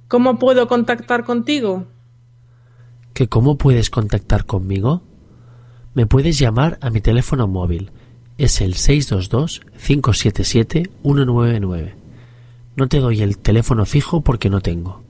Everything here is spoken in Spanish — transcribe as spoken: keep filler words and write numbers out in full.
¿Cómo puedo contactar contigo? ¿Que cómo puedes contactar conmigo? Me puedes llamar a mi teléfono móvil. Es el seis dos dos, cinco siete siete, uno nueve nueve. No te doy el teléfono fijo porque no tengo.